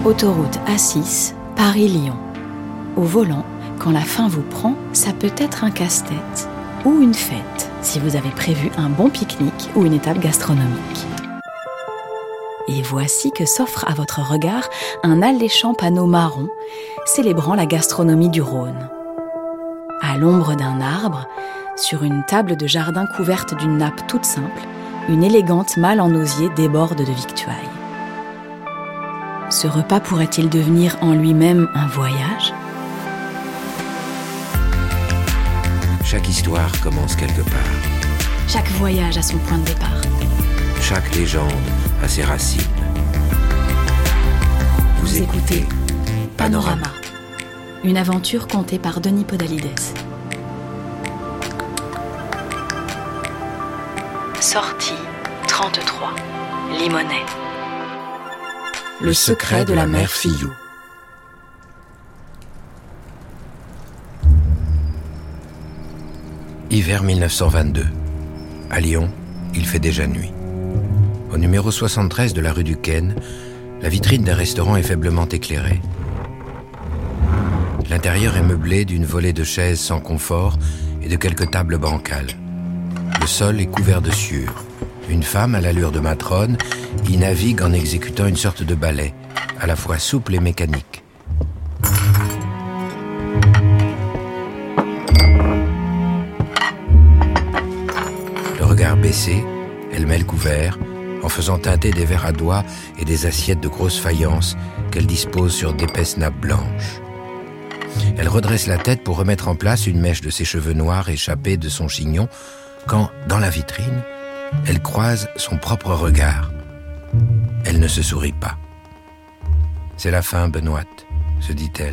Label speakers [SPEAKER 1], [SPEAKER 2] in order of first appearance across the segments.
[SPEAKER 1] Autoroute A6, Paris-Lyon. Au volant, quand la faim vous prend, ça peut être un casse-tête ou une fête, si vous avez prévu un bon pique-nique ou une étape gastronomique. Et voici que s'offre à votre regard un alléchant panneau marron célébrant la gastronomie du Rhône. À l'ombre d'un arbre, sur une table de jardin couverte d'une nappe toute simple, une élégante malle en osier déborde de victuailles. Ce repas pourrait-il devenir en lui-même un voyage ?
[SPEAKER 2] Chaque histoire commence quelque part.
[SPEAKER 1] Chaque voyage a son point de départ.
[SPEAKER 2] Chaque légende a ses racines. Vous écoutez Panorama.
[SPEAKER 1] Une aventure contée par Denis Podalides. Sortie 33, Limonest.
[SPEAKER 2] Le secret de la mère Fillou. Hiver 1922. À Lyon, il fait déjà nuit. Au numéro 73 de la rue du Ken, la vitrine d'un restaurant est faiblement éclairée. L'intérieur est meublé d'une volée de chaises sans confort et de quelques tables bancales. Le sol est couvert de sciure. Une femme, à l'allure de matrone, y navigue en exécutant une sorte de ballet, à la fois souple et mécanique. Le regard baissé, elle met le couvert, en faisant teinter des verres à doigts et des assiettes de grosse faïence qu'elle dispose sur d'épaisses nappes blanches. Elle redresse la tête pour remettre en place une mèche de ses cheveux noirs échappés de son chignon, quand, dans la vitrine, elle croise son propre regard. Elle ne se sourit pas. « C'est la fin, Benoît », se dit-elle.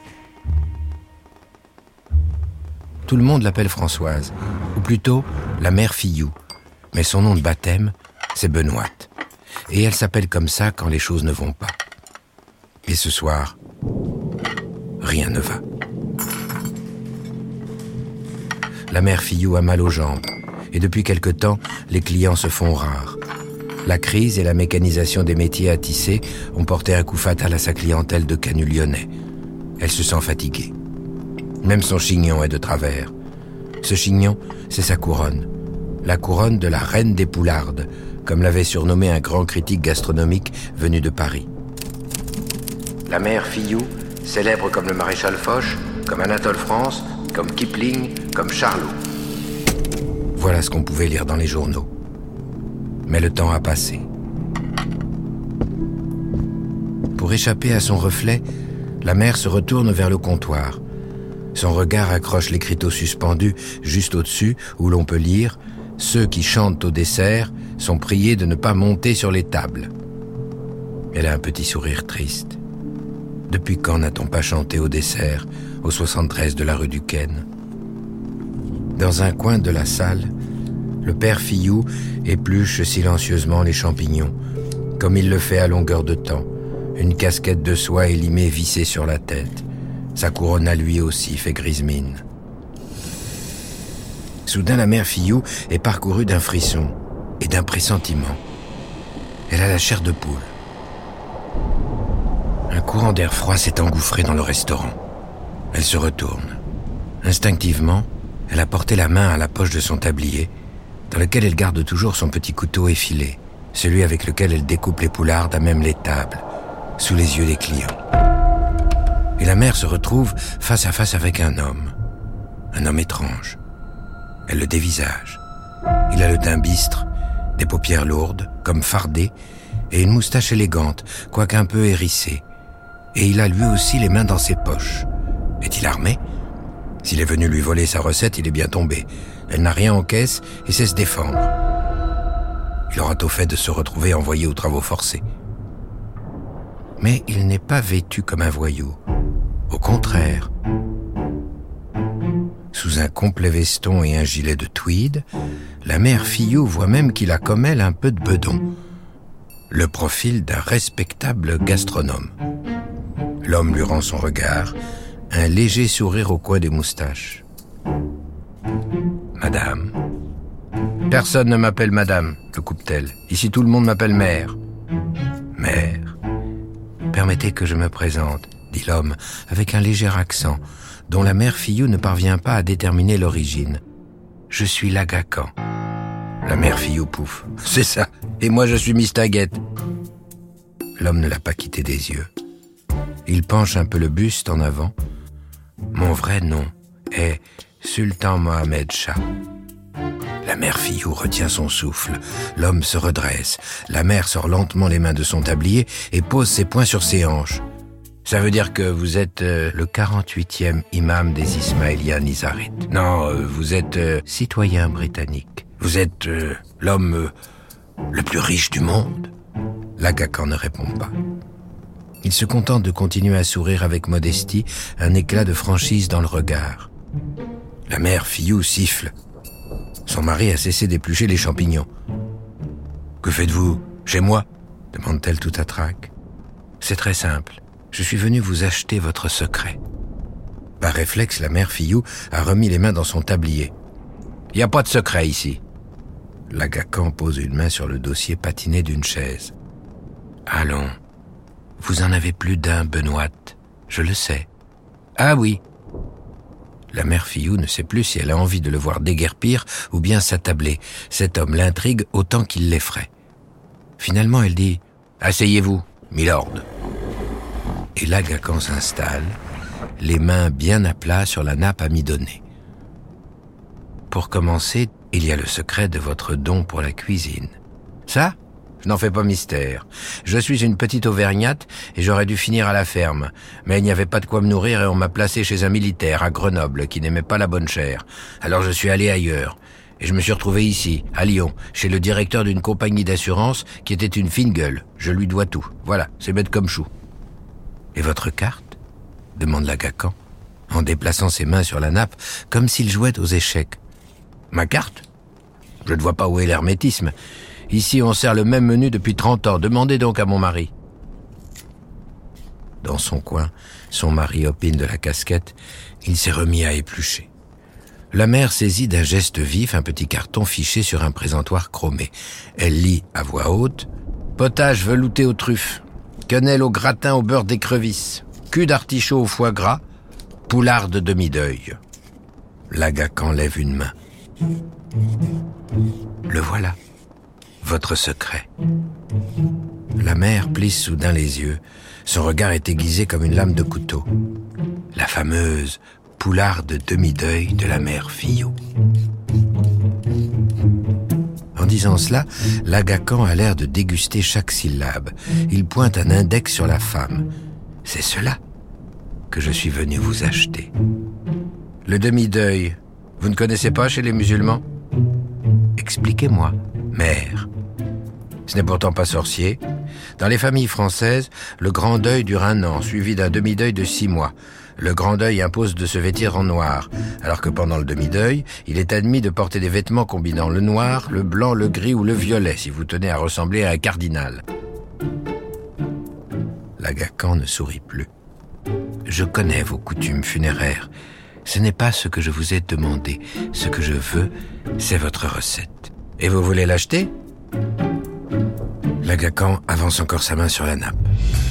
[SPEAKER 2] Tout le monde l'appelle Françoise, ou plutôt la mère Fillou, mais son nom de baptême, c'est Benoît. Et elle s'appelle comme ça quand les choses ne vont pas. Et ce soir, rien ne va. La mère Fillou a mal aux jambes. Et depuis quelque temps, les clients se font rares. La crise et la mécanisation des métiers à tisser ont porté un coup fatal à sa clientèle de canuts lyonnais. Elle se sent fatiguée. Même son chignon est de travers. Ce chignon, c'est sa couronne. La couronne de la reine des poulardes, comme l'avait surnommé un grand critique gastronomique venu de Paris. La mère Fillou, célèbre comme le maréchal Foch, comme Anatole France, comme Kipling, comme Charlot. Voilà ce qu'on pouvait lire dans les journaux. Mais le temps a passé. Pour échapper à son reflet, la mère se retourne vers le comptoir. Son regard accroche l'écriteau suspendu juste au-dessus, où l'on peut lire « Ceux qui chantent au dessert sont priés de ne pas monter sur les tables ». Elle a un petit sourire triste. Depuis quand n'a-t-on pas chanté au dessert, au 73 de la rue du Ken ? Dans un coin de la salle, le père Fillou épluche silencieusement les champignons, comme il le fait à longueur de temps, une casquette de soie élimée vissée sur la tête. Sa couronne à lui aussi fait grise mine. Soudain, la mère Fillou est parcourue d'un frisson et d'un pressentiment. Elle a la chair de poule. Un courant d'air froid s'est engouffré dans le restaurant. Elle se retourne. Instinctivement, elle a porté la main à la poche de son tablier, dans lequel elle garde toujours son petit couteau effilé, celui avec lequel elle découpe les poulardes à même les tables, sous les yeux des clients. Et la mère se retrouve face à face avec un homme étrange. Elle le dévisage. Il a le teint bistre, des paupières lourdes, comme fardées, et une moustache élégante, quoique un peu hérissée. Et il a lui aussi les mains dans ses poches. Est-il armé ? S'il est venu lui voler sa recette, il est bien tombé. Elle n'a rien en caisse et sait se défendre. Il aura tôt fait de se retrouver envoyé aux travaux forcés. Mais il n'est pas vêtu comme un voyou. Au contraire. Sous un complet veston et un gilet de tweed, la mère Fillou voit même qu'il a comme elle un peu de bedon. Le profil d'un respectable gastronome. L'homme lui rend son regard, un léger sourire au coin des moustaches. « Madame ?»« Personne ne m'appelle madame, le coupe-t-elle. Ici tout le monde m'appelle mère. »« Mère ?» Permettez que je me présente, dit l'homme, avec un léger accent, dont la mère Fillou ne parvient pas à déterminer l'origine. Je suis l'Aga Khan. La mère Fillou pouffe. C'est ça, et moi je suis Mistaguette. L'homme ne l'a pas quitté des yeux. Il penche un peu le buste en avant. Mon vrai nom est Sultan Mohamed Shah. La mère Fillou retient son souffle. L'homme se redresse. La mère sort lentement les mains de son tablier et pose ses poings sur ses hanches. Ça veut dire que vous êtes le 48e imam des Ismaéliens Nizarites. Non, vous êtes citoyen britannique. Vous êtes l'homme le plus riche du monde. L'Aga Khan ne répond pas. Il se contente de continuer à sourire avec modestie, un éclat de franchise dans le regard. La mère Fillou siffle. Son mari a cessé d'éplucher les champignons. « Que faites-vous chez moi ?» demande-t-elle tout à trac. « C'est très simple. Je suis venu vous acheter votre secret. » Par réflexe, la mère Fillou a remis les mains dans son tablier. « Il n'y a pas de secret ici. » L'Aga Khan pose une main sur le dossier patiné d'une chaise. « Allons. Vous en avez plus d'un, Benoît. Je le sais. »« Ah oui. » La mère Fillou ne sait plus si elle a envie de le voir déguerpir ou bien s'attabler. Cet homme l'intrigue autant qu'il l'effraie. Finalement, elle dit « Asseyez-vous, milord. » Et l'Aga Khan s'installe, les mains bien à plat sur la nappe amidonnée. Pour commencer, il y a le secret de votre don pour la cuisine. Ça ? Je n'en fais pas mystère. Je suis une petite auvergnate et j'aurais dû finir à la ferme. Mais il n'y avait pas de quoi me nourrir et on m'a placé chez un militaire à Grenoble qui n'aimait pas la bonne chair. Alors je suis allé ailleurs. Et je me suis retrouvé ici, à Lyon, chez le directeur d'une compagnie d'assurance qui était une fine gueule. Je lui dois tout. Voilà, c'est bête comme chou. « Et votre carte ?» demande l'Aga Khan, en déplaçant ses mains sur la nappe comme s'il jouait aux échecs. « Ma carte ? Je ne vois pas où est l'hermétisme. Ici, on sert le même menu depuis 30 ans. Demandez donc à mon mari. » Dans son coin, son mari opine de la casquette. Il s'est remis à éplucher. La mère saisit d'un geste vif un petit carton fiché sur un présentoir chromé. Elle lit à voix haute « Potage velouté aux truffes, quenelle au gratin au beurre d'écrevisse, cul d'artichaut au foie gras, poularde de demi-deuil. » L'Aga Khan lève une main. « Le voilà. Votre secret. » La mère plisse soudain les yeux. Son regard est aiguisé comme une lame de couteau. La fameuse poularde demi-deuil de la mère Fillou. En disant cela, l'Aga Khan a l'air de déguster chaque syllabe. Il pointe un index sur la femme. C'est cela que je suis venu vous acheter. Le demi-deuil, vous ne connaissez pas chez les musulmans ? Expliquez-moi, mère. Ce n'est pourtant pas sorcier. Dans les familles françaises, le grand deuil dure 1 an, suivi d'un demi-deuil de 6 mois. Le grand deuil impose de se vêtir en noir, alors que pendant le demi-deuil, il est admis de porter des vêtements combinant le noir, le blanc, le gris ou le violet, si vous tenez à ressembler à un cardinal. L'Aga Khan ne sourit plus. Je connais vos coutumes funéraires. Ce n'est pas ce que je vous ai demandé. Ce que je veux, c'est votre recette. Et vous voulez l'acheter ? L'Aga Khan avance encore sa main sur la nappe.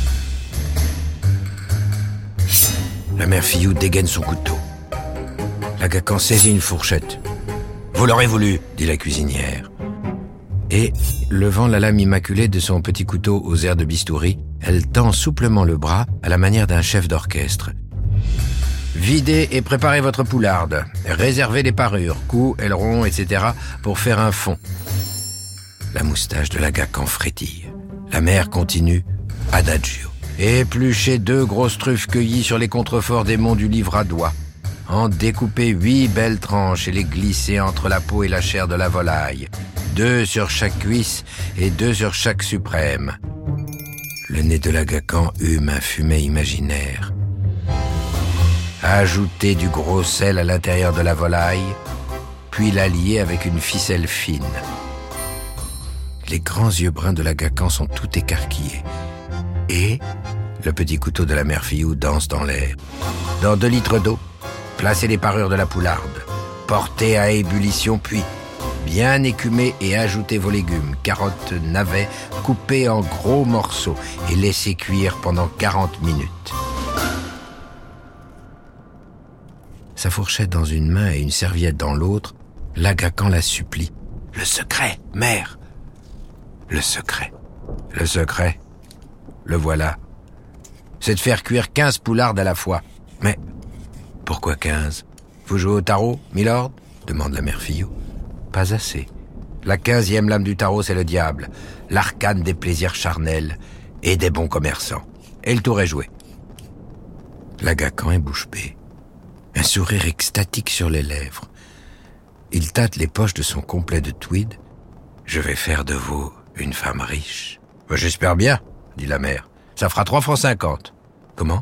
[SPEAKER 2] La mère Fillou dégaine son couteau. L'Aga Khan saisit une fourchette. « Vous l'aurez voulu !» dit la cuisinière. Et, levant la lame immaculée de son petit couteau aux airs de bistouri, elle tend souplement le bras à la manière d'un chef d'orchestre. « Videz et préparez votre poularde. Réservez les parures, cou, ailerons, etc. pour faire un fond. » La moustache de l'Aga Khan frétille. La mère continue « Adagio. » Épluchez 2 grosses truffes cueillies sur les contreforts des monts du Livradois. En découper 8 belles tranches et les glisser entre la peau et la chair de la volaille. 2 sur chaque cuisse et 2 sur chaque suprême. Le nez de l'Aga Khan hume un fumet imaginaire. Ajoutez du gros sel à l'intérieur de la volaille, puis la lier avec une ficelle fine. Les grands yeux bruns de l'Aga Khan sont tout écarquillés. Et le petit couteau de la mère Fillou danse dans l'air. Dans 2 litres d'eau, placez les parures de la poularde. Portez à ébullition, puis bien écumez et ajoutez vos légumes, carottes, navets, coupés en gros morceaux et laissez cuire pendant 40 minutes. Sa fourchette dans une main et une serviette dans l'autre, l'Agha Khan la supplie. « Le secret, mère !»« Le secret, le voilà. C'est de faire cuire 15 poulardes à la fois. Mais pourquoi 15 ? Vous jouez au tarot, milord ?» demande la mère Fillou. « Pas assez. La 15e lame du tarot, c'est le diable, l'arcane des plaisirs charnels et des bons commerçants. Et le tour est joué. » L'Agha Khan est bouche bée, un sourire extatique sur les lèvres. Il tâte les poches de son complet de tweed. « Je vais faire de vous une femme riche. »« J'espère bien, » dit la mère. « Ça fera 3,50 francs. »« Comment ? » ?»«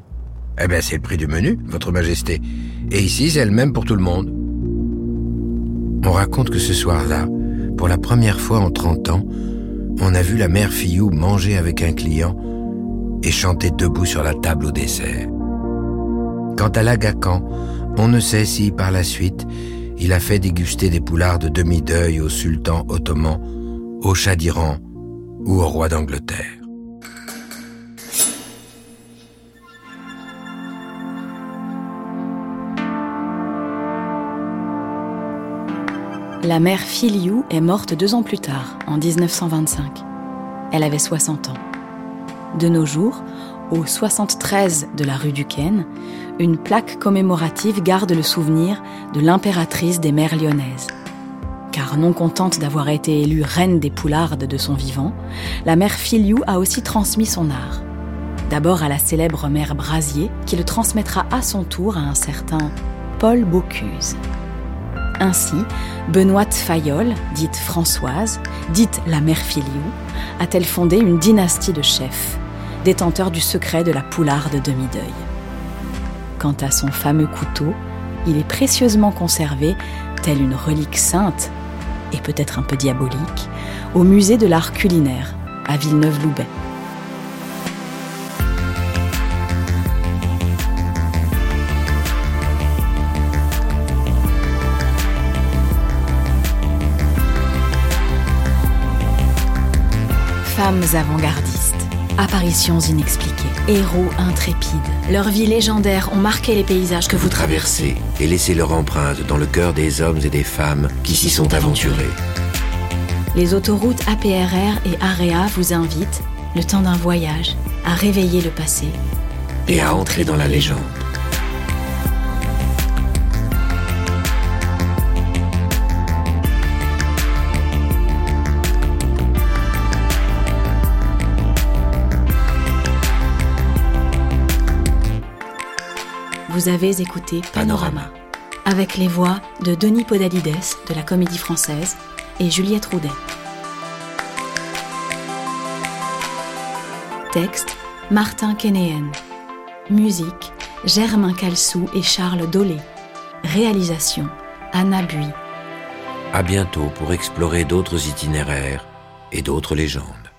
[SPEAKER 2] Eh bien, c'est le prix du menu, votre majesté. Et ici, c'est le même pour tout le monde. » On raconte que ce soir-là, pour la première fois en 30 ans, on a vu la mère Fillou manger avec un client et chanter debout sur la table au dessert. Quant à l'Agha Khan, on ne sait si, par la suite, il a fait déguster des poulardes de demi-deuil au sultan ottoman, au shah d'Iran ou au roi d'Angleterre.
[SPEAKER 1] La mère Filiou est morte 2 ans plus tard, en 1925. Elle avait 60 ans. De nos jours, au 73 de la rue Duquesne, une plaque commémorative garde le souvenir de l'impératrice des mers lyonnaises. Car non contente d'avoir été élue reine des poulardes de son vivant, la mère Filiou a aussi transmis son art. D'abord à la célèbre mère Brasier, qui le transmettra à son tour à un certain Paul Bocuse. Ainsi, Benoîte Fayolle, dite Françoise, dite la mère Filiou, a-t-elle fondé une dynastie de chefs, détenteurs du secret de la poularde demi-deuil. Quant à son fameux couteau, il est précieusement conservé, tel une relique sainte, et peut-être un peu diabolique, au musée de l'art culinaire, à Villeneuve-Loubet. Femmes avant-gardistes, apparitions inexpliquées, héros intrépides. Leurs vies légendaires ont marqué les paysages que vous traversez
[SPEAKER 2] et laissez leur empreinte dans le cœur des hommes et des femmes qui s'y sont aventurés.
[SPEAKER 1] Les autoroutes APRR et AREA vous invitent, le temps d'un voyage, à réveiller le passé
[SPEAKER 2] et à entrer dans la légende.
[SPEAKER 1] Vous avez écouté Panorama, avec les voix de Denis Podalides de la Comédie Française et Juliette Roudet. Texte, Martin Kénéen. Musique, Germain Calsou et Charles Dolé. Réalisation, Anna Bui.
[SPEAKER 2] À bientôt pour explorer d'autres itinéraires et d'autres légendes.